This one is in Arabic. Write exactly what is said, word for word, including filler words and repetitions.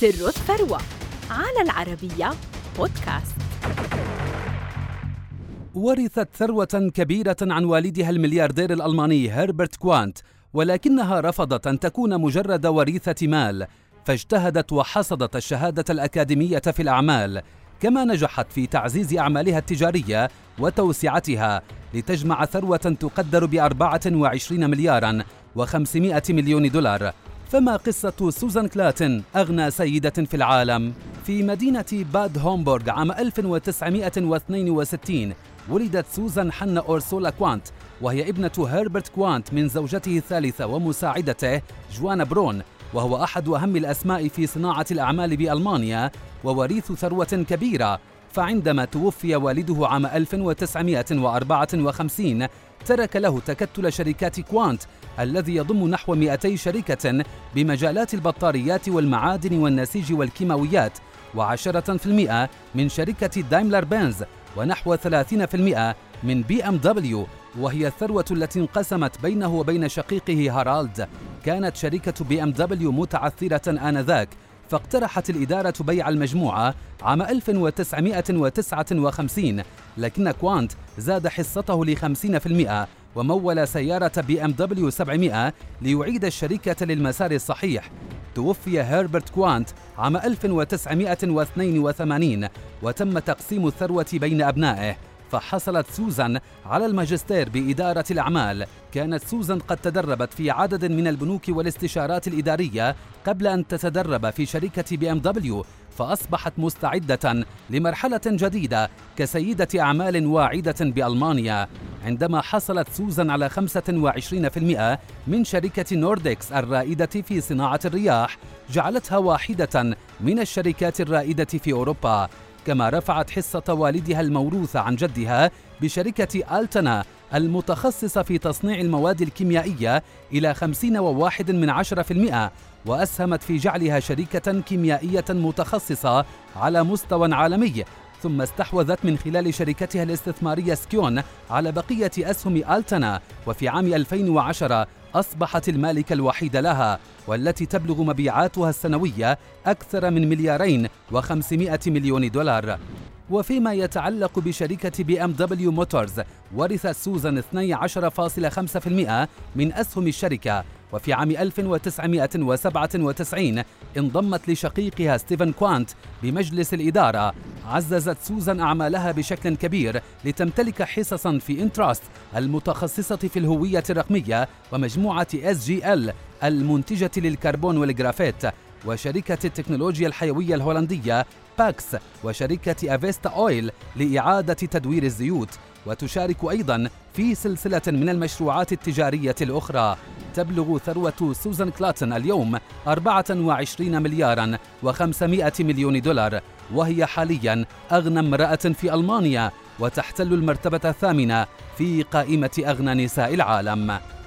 سر الثروة على العربية بودكاست. ورثت ثروة كبيرة عن والدها الملياردير الألماني هربرت كوانت، ولكنها رفضت أن تكون مجرد وريثة مال، فاجتهدت وحصدت الشهادة الأكاديمية في الأعمال، كما نجحت في تعزيز أعمالها التجارية وتوسعتها لتجمع ثروة تقدر بأربعة وعشرين ملياراً وخمسمائة مليون دولار. فما قصة سوزان كلاتن أغنى سيدة في العالم؟ في مدينة باد هومبورغ عام ألف وتسعمائة واثنين وستين ولدت سوزان حنا أورسولا كوانت، وهي ابنة هربرت كوانت من زوجته الثالثة ومساعدته جوانا برون، وهو أحد أهم الأسماء في صناعة الأعمال بألمانيا ووريث ثروة كبيرة. فعندما توفي والده عام ألف وتسعمائة وأربعة وخمسين ترك له تكتل شركات كوانت الذي يضم نحو مئتي شركة بمجالات البطاريات والمعادن والنسيج والكيماويات، وعشرة بالمئة من شركة دايملر بنز، ونحو ثلاثين بالمئة من بي ام دبليو، وهي الثروة التي انقسمت بينه وبين شقيقه هارالد. كانت شركة بي ام دبليو متعثرة آنذاك، فاقترحت الإدارة بيع المجموعة عام ألف وتسعمائة وتسعة وخمسين، لكن كوانت زاد حصته ل خمسين بالمئة ومول سيارة بي ام دبليو سبعمائة ليعيد الشركة للمسار الصحيح. توفي هربرت كوانت عام ألف وتسعمائة واثنين وثمانين وتم تقسيم الثروة بين أبنائه، فحصلت سوزان على الماجستير بإدارة الأعمال. كانت سوزان قد تدربت في عدد من البنوك والاستشارات الإدارية قبل أن تتدرب في شركة بي ام دبليو، فأصبحت مستعدة لمرحلة جديدة كسيدة أعمال واعدة بألمانيا. عندما حصلت سوزان على خمسة وعشرين بالمئة من شركة نوردكس الرائدة في صناعة الرياح، جعلتها واحدة من الشركات الرائدة في أوروبا. كما رفعت حصة والدها الموروثة عن جدها بشركة ألتنا المتخصصة في تصنيع المواد الكيميائية إلى خمسين وواحد من عشرة بالمئة، وأسهمت في جعلها شركة كيميائية متخصصة على مستوى عالمي. ثم استحوذت من خلال شركتها الاستثمارية سكيون على بقية أسهم ألتنا، وفي عام ألفين وعشرة أصبحت المالكة الوحيدة لها، والتي تبلغ مبيعاتها السنوية أكثر من مليارين وخمسمائة مليون دولار. وفيما يتعلق بشركة بي ام دبليو موتورز، ورثت سوزان اثني عشر فاصلة خمسة بالمئة من أسهم الشركة، وفي عام ألف وتسعمائة وسبعة وتسعين انضمت لشقيقها ستيفن كوانت بمجلس الإدارة. عززت سوزان أعمالها بشكل كبير لتمتلك حصصا في انتراست المتخصصة في الهوية الرقمية، ومجموعة اس جي ال المنتجة للكربون والجرافيت، وشركة التكنولوجيا الحيوية الهولندية باكس، وشركة أفيستا أويل لإعادة تدوير الزيوت. وتشارك أيضا في سلسلة من المشروعات التجارية الأخرى. تبلغ ثروة سوزان كلاتن اليوم أربعة وعشرين مليارا وخمسمائة مليون دولار، وهي حاليا أغنى امرأة في ألمانيا، وتحتل المرتبة الثامنة في قائمة أغنى نساء العالم.